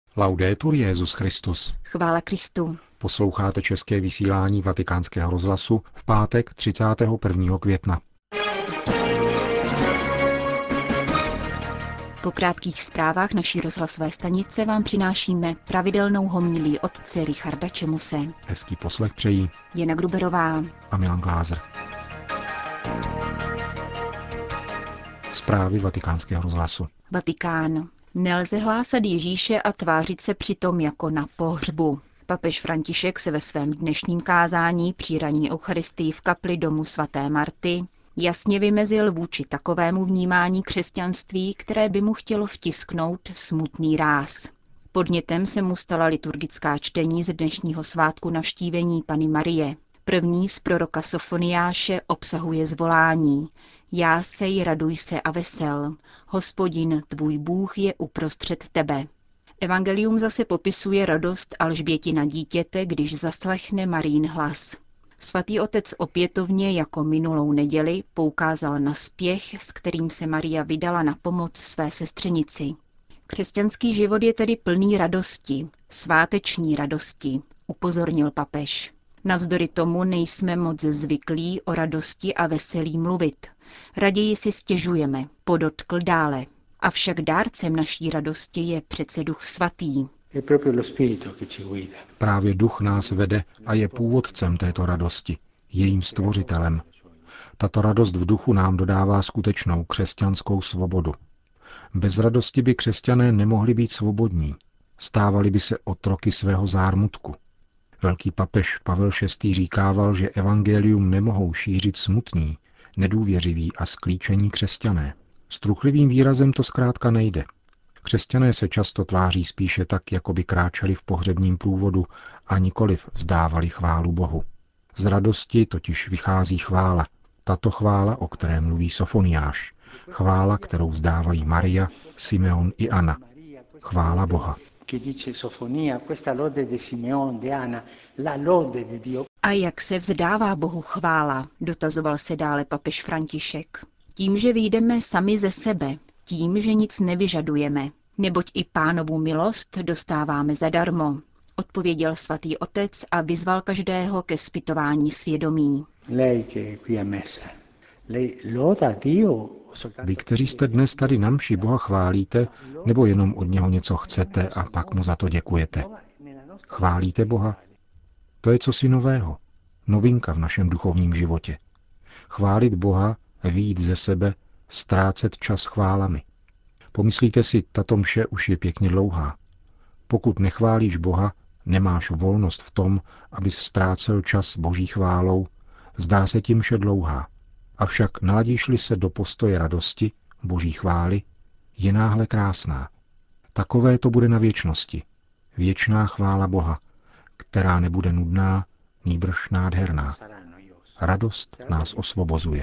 Laudetur Jesus Christus. Chvála Kristu. Posloucháte české vysílání Vatikánského rozhlasu v pátek 31. května. Po krátkých zprávách naší rozhlasové stanice vám přinášíme pravidelnou homilii otce Richarda Čemuse. Hezký poslech přejí Jana Gruberová a Milan Glázer. Zprávy Vatikánského rozhlasu. Vatikán. Nelze hlásat Ježíše a tvářit se přitom jako na pohřbu. Papež František se ve svém dnešním kázání při ranní eucharistii v kapli domu svaté Marty jasně vymezil vůči takovému vnímání křesťanství, které by mu chtělo vtisknout smutný ráz. Podnětem se mu stala liturgická čtení z dnešního svátku navštívení Panny Marie. První z proroka Sofoniáše obsahuje zvolání: Jásej, raduj se a vesel, Hospodin, tvůj Bůh je uprostřed tebe. Evangelium zase popisuje radost Alžbětina dítěte, když zaslechne Marín hlas. Svatý otec opětovně jako minulou neděli poukázal na spěch, s kterým se Maria vydala na pomoc své sestřenici. Křesťanský život je tedy plný radosti, sváteční radosti, upozornil papež. Navzdory tomu nejsme moc zvyklí o radosti a veselí mluvit. Raději si stěžujeme, podotkl dále. Avšak dárcem naší radosti je přece Duch Svatý. Právě Duch nás vede a je původcem této radosti, jejím stvořitelem. Tato radost v duchu nám dodává skutečnou křesťanskou svobodu. Bez radosti by křesťané nemohli být svobodní. Stávali by se otroky svého zármutku. Velký papež Pavel VI. Říkával, že evangelium nemohou šířit smutní, nedůvěřiví a sklíčení křesťané. Struchlivým výrazem to zkrátka nejde. Křesťané se často tváří spíše tak, jako by kráčeli v pohřebním průvodu a nikoliv vzdávali chválu Bohu. Z radosti totiž vychází chvála. Tato chvála, o které mluví Sofoniáš. Chvála, kterou vzdávají Maria, Simeon i Anna. Chvála Boha. A jak se vzdává Bohu chvála, dotazoval se dále papež František. Tím, že vyjdeme sami ze sebe, tím, že nic nevyžadujeme, neboť i Pánovu milost dostáváme zadarmo, odpověděl svatý otec a vyzval každého ke zpytování svědomí. Vy, kteří jste dnes tady na mši, Boha chválíte, nebo jenom od něho něco chcete a pak mu za to děkujete? Chválíte Boha? To je cosi nového, novinka v našem duchovním životě. Chválit Boha, vyjít ze sebe, ztrácet čas chválami. Pomyslíte si, tato mše už je pěkně dlouhá. Pokud nechválíš Boha, nemáš volnost v tom, abys ztrácel čas Boží chválou, zdá se ti mše dlouhá. Avšak naladíš-li se do postoje radosti, Boží chvály, je náhle krásná. Takové to bude na věčnosti. Věčná chvála Boha, která nebude nudná, nýbrž nádherná. Radost nás osvobozuje.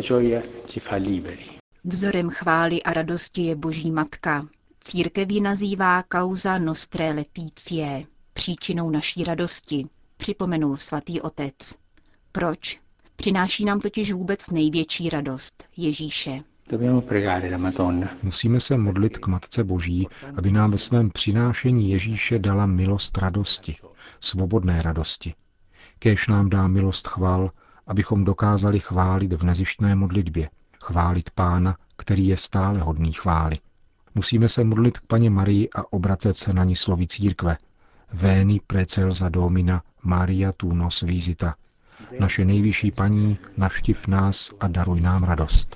Vzorem chvály a radosti je Boží matka. Církev ji nazývá causa nostrae laetitiae, příčinou naší radosti, připomenul svatý otec. Proč? Přináší nám totiž vůbec největší radost, Ježíše. Musíme se modlit k Matce Boží, aby nám ve svém přinášení Ježíše dala milost radosti, svobodné radosti. Kéž nám dá milost chval, abychom dokázali chválit v nezištné modlitbě, chválit Pána, který je stále hodný chvály. Musíme se modlit k Panně Marii a obracet se na ní slovy církve. Veni precelsa Domina, Maria tu nos visita. Naše nejvyšší paní, navštiv nás a daruj nám radost.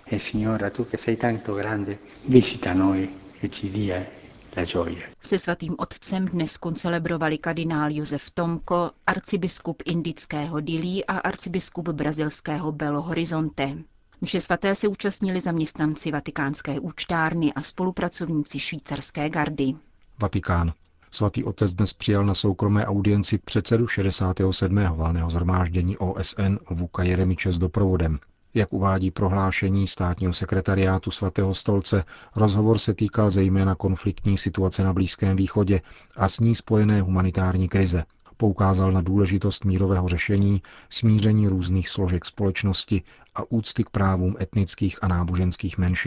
Se svatým otcem dnes koncelebrovali kardinál Josef Tomko, arcibiskup indického Dillí a arcibiskup brazilského Belo Horizonte. Mše svaté se účastnili zaměstnanci Vatikánské účtárny a spolupracovníci švýcarské gardy. Vatikán. Svatý otec dnes přijal na soukromé audienci předsedu 67. valného shromáždění OSN Vuka Jeremiče s doprovodem. Jak uvádí prohlášení státního sekretariátu Svatého stolce, rozhovor se týkal zejména konfliktní situace na Blízkém východě a s ní spojené humanitární krize. Poukázal na důležitost mírového řešení, smíření různých složek společnosti a úcty k právům etnických a náboženských menšin.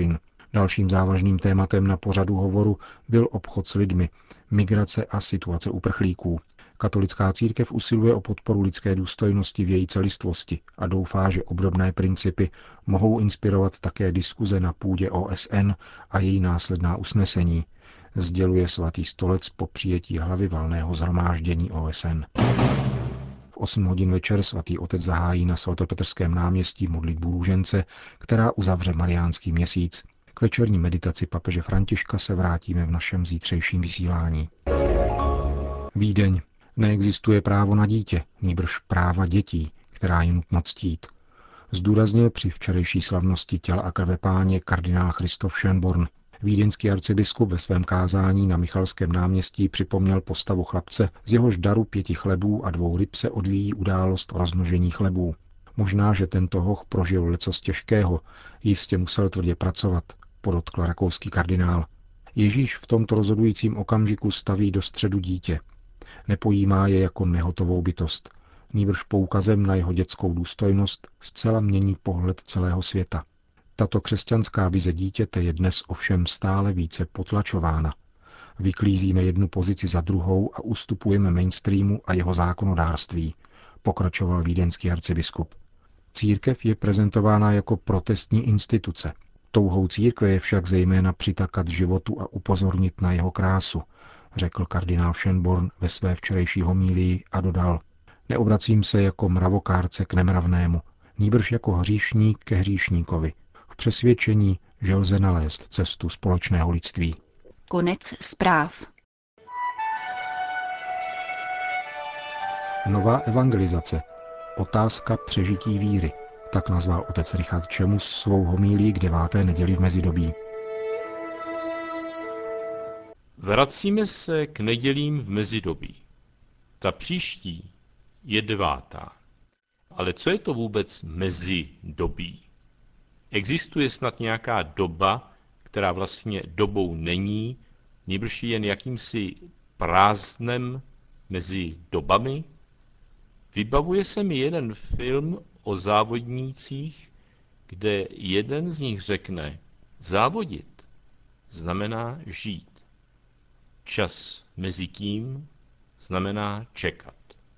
Dalším závažným tématem na pořadu hovoru byl obchod s lidmi, migrace a situace uprchlíků. Katolická církev usiluje o podporu lidské důstojnosti v její celistvosti a doufá, že obdobné principy mohou inspirovat také diskuze na půdě OSN a její následná usnesení, sděluje Svatý stolec po přijetí hlavy valného shromáždění OSN. V 8 hodin večer Svatý otec zahájí na svatopetrském náměstí modlitbu růžence, která uzavře mariánský měsíc. K večerní meditaci papeže Františka se vrátíme v našem zítřejším vysílání. Vídeň. Neexistuje právo na dítě, nýbrž práva dětí, která je nutno ctít. Zdůraznil při včerejší slavnosti těla a krve Páně kardinál Christoph Schönborn. Vídeňský arcibiskup ve svém kázání na Michalském náměstí připomněl postavu chlapce, z jehož daru 5 chlebů a 2 ryb se odvíjí událost rozmnožení chlebů. Možná, že tento hoch prožil lecos těžkého, jistě musel tvrdě pracovat, podotkl rakouský kardinál. Ježíš v tomto rozhodujícím okamžiku staví do středu dítě. Nepojímá je jako nehotovou bytost, nýbrž poukazem na jeho dětskou důstojnost zcela mění pohled celého světa. Tato křesťanská vize dítěte je dnes ovšem stále více potlačována. Vyklízíme jednu pozici za druhou a ustupujeme mainstreamu a jeho zákonodárství, pokračoval vídeňský arcibiskup. Církev je prezentována jako protestní instituce. Touhou církve je však zejména přitakat životu a upozornit na jeho krásu, řekl kardinál Schönborn ve své včerejší homílii a dodal: Neobracím se jako mravokárce k nemravnému, nýbrž jako hříšník ke hříšníkovi, v přesvědčení, že lze nalézt cestu společného lidství. Konec zpráv. Nová evangelizace. Otázka přežití víry. Tak nazval otec Richard Čemus svou homílii k 9. neděli v mezidobí. Vracíme se k nedělím v mezidobí. Ta příští je 9. Ale co je to vůbec mezidobí? Existuje snad nějaká doba, která vlastně dobou není, nýbrž jen jakýmsi prázdnem mezi dobami? Vybavuje se mi jeden film o závodnících, kde jeden z nich řekne: závodit znamená žít. Čas mezi tím znamená čekat.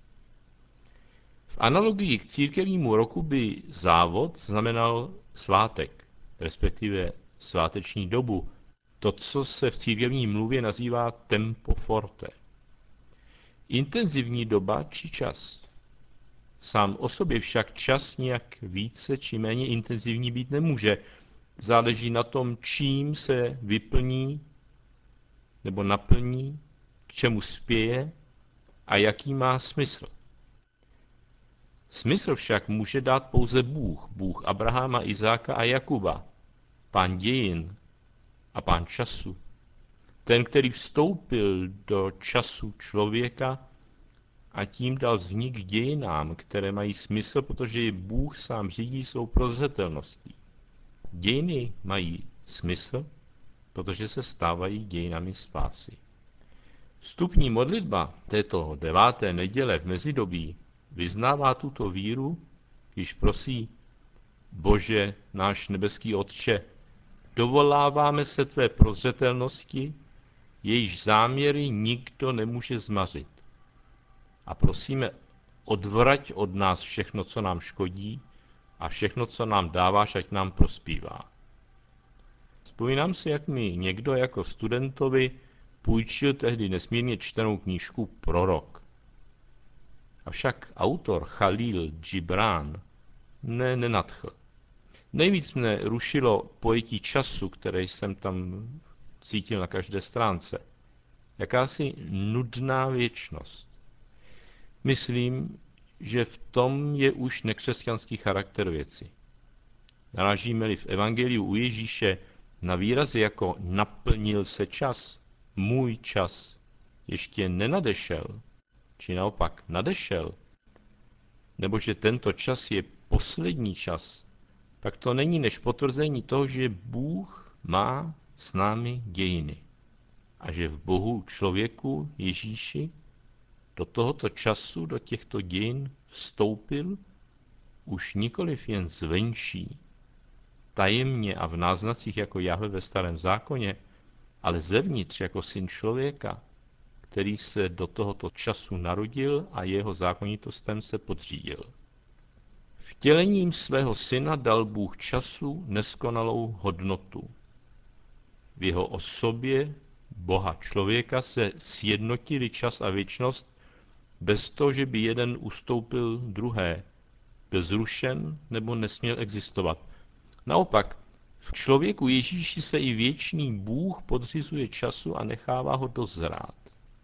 V analogii k církevnímu roku by závod znamenal svátek, respektive sváteční dobu, to, co se v církevní mluvě nazývá tempo forte. Intenzivní doba či čas. Sám o sobě však čas nijak více či méně intenzivní být nemůže. Záleží na tom, čím se vyplní nebo naplní, k čemu spěje a jaký má smysl. Smysl však může dát pouze Bůh, Bůh Abraháma, Izáka a Jakuba, pán dějin a pán času. Ten, který vstoupil do času člověka a tím dal vznik dějinám, které mají smysl, protože je Bůh sám řídí svou prozřetelností. Dějiny mají smysl, protože se stávají dějinami spásy. Vstupní modlitba této 9. neděle v mezidobí vyznává tuto víru, když prosí: Bože, náš nebeský Otče, dovoláváme se tvé prozřetelnosti, jejíž záměry nikdo nemůže zmařit. A prosíme, odvrať od nás všechno, co nám škodí, a všechno, co nám dáváš, ať nám prospívá. Vzpomínám si, jak mi někdo jako studentovi půjčil tehdy nesmírně čtenou knížku Prorok. Avšak autor Chalil Gibran nenadchl. Nejvíc mne rušilo pojetí času, které jsem tam cítil na každé stránce. Jakási nudná věčnost. Myslím, že v tom je už nekřesťanský charakter věci. Narážíme-li v evangeliu u Ježíše na výrazy jako naplnil se čas, můj čas ještě nenadešel, či naopak nadešel, nebo že tento čas je poslední čas, pak to není než potvrzení toho, že Bůh má s námi dějiny a že v Bohu člověku Ježíši do tohoto času, do těchto dějin vstoupil už nikoliv jen zvenčí, tajemně a v náznacích jako Jahve ve Starém zákoně, ale zevnitř jako syn člověka, který se do tohoto času narodil a jeho zákonitostem se podřídil. Vtělením svého syna dal Bůh času neskonalou hodnotu. V jeho osobě Boha člověka se sjednotili čas a věčnost bez toho, že by jeden ustoupil druhé, byl zrušen nebo nesměl existovat. Naopak, v člověku Ježíši se i věčný Bůh podřizuje času a nechává ho dozrát.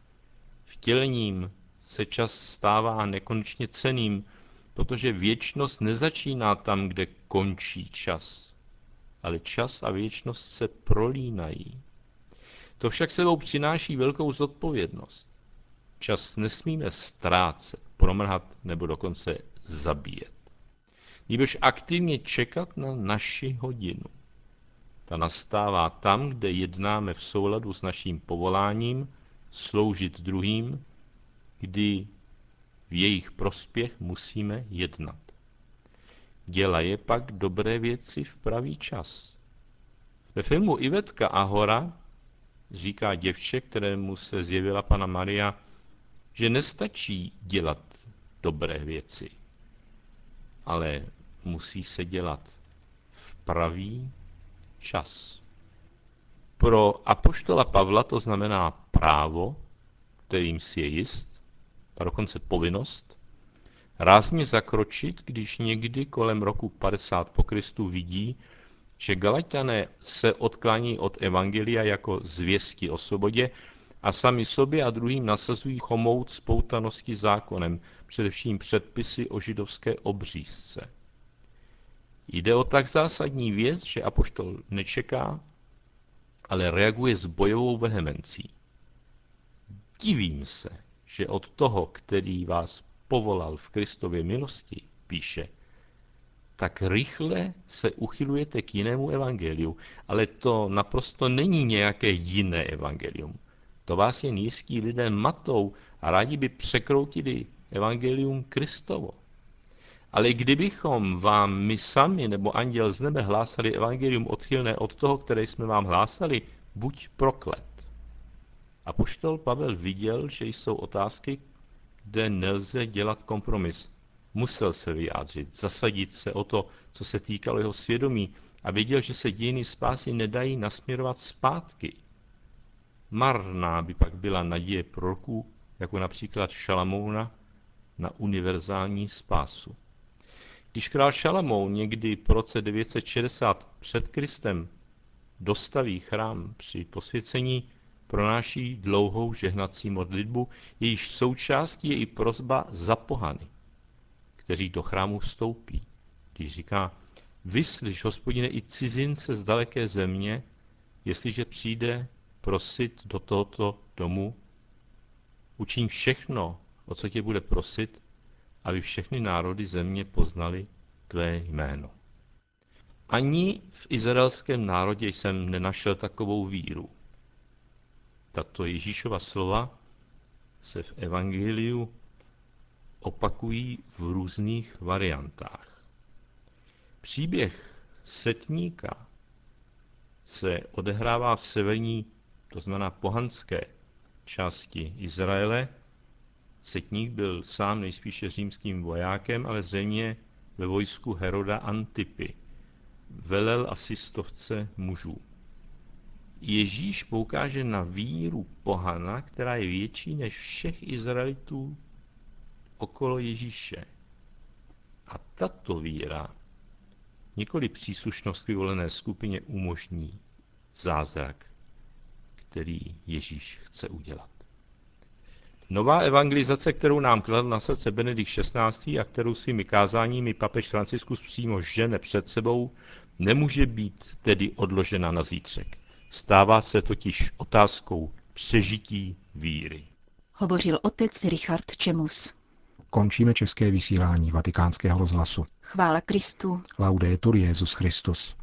Vtělením se čas stává nekonečně cenným, protože věčnost nezačíná tam, kde končí čas, ale čas a věčnost se prolínají. To však sebou přináší velkou zodpovědnost. Čas nesmíme ztrácet, promrhat nebo dokonce zabíjet. Nýbrž aktivně čekat na naši hodinu. Ta nastává tam, kde jednáme v souladu s naším povoláním sloužit druhým, kdy v jejich prospěch musíme jednat. Dělaje pak dobré věci v pravý čas. Ve filmu Ivetka a hora říká děvče, kterému se zjevila Panna Maria, že nestačí dělat dobré věci, ale musí se dělat v pravý čas. Pro apoštola Pavla to znamená právo, kterým si je jist, a dokonce povinnost, rázně zakročit, když někdy kolem roku 50 po Kristu vidí, že Galatiané se odklání od evangelia jako zvěsti o svobodě a sami sobě a druhým nasazují chomout spoutanosti zákonem, především předpisy o židovské obřízce. Jde o tak zásadní věc, že apoštol nečeká, ale reaguje s bojovou vehemencí. Divím se, že od toho, který vás povolal v Kristově milosti, píše, tak rychle se uchylujete k jinému evangeliu, ale to naprosto není nějaké jiné evangelium. To vás jen jistí lidé matou a rádi by překroutili evangelium Kristovo. Ale kdybychom vám my sami nebo anděl z nebe hlásali evangelium odchylné od toho, které jsme vám hlásali, buď proklet. Apoštol Pavel viděl, že jsou otázky, kde nelze dělat kompromis. Musel se vyjádřit, zasadit se o to, co se týkalo jeho svědomí a věděl, že se dějiny spásy nedají nasměrovat zpátky. Marná by pak byla naděje proroků, jako například Šalamouna, na univerzální spásu. Když král Šalamoun někdy po roce 960 před Kristem dostaví chrám při posvěcení, pronáší dlouhou žehnací modlitbu, jejíž součástí je i prosba za pohany, kteří do chrámu vstoupí. Když říká, vyslyš, Hospodine, i cizince z daleké země, jestliže přijde prosit do tohoto domu, učiň všechno, o co tě bude prosit, aby všechny národy země poznali tvé jméno. Ani v izraelském národě jsem nenašel takovou víru. Tato Ježíšova slova se v evangeliu opakují v různých variantách. Příběh setníka se odehrává v severní, to znamená pohanské části Izraele. Setník byl sám nejspíše římským vojákem, ale zřejmě ve vojsku Heroda Antipy. Velel asi 100 mužů. Ježíš poukáže na víru pohana, která je větší než všech Izraelitů okolo Ježíše. A tato víra, nikoli příslušnost k vyvolené skupině, umožní zázrak, který Ježíš chce udělat. Nová evangelizace, kterou nám kladl na srdce Benedikt XVI. A kterou svými kázáními papež Franciskus přímo žene před sebou, nemůže být tedy odložena na zítřek. Stává se totiž otázkou přežití víry. Hovořil otec Richard Čemus. Končíme české vysílání Vatikánského rozhlasu. Chvála Kristu. Laudetur Jesus Christus.